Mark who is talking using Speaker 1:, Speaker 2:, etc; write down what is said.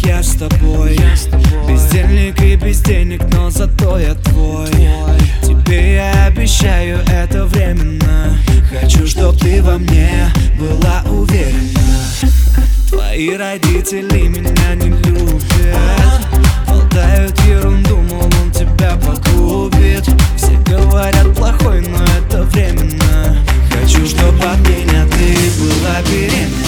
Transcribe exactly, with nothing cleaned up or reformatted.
Speaker 1: я с тобой. Бездельник и без денег, но зато я твой. Тебе я обещаю, это временно. Хочу, чтоб ты во мне была уверена. Твои родители меня не любят, болтают ерунду, мол, он тебя погубит. Все говорят плохой, но это временно. Хочу, чтоб от меня ты была беременна.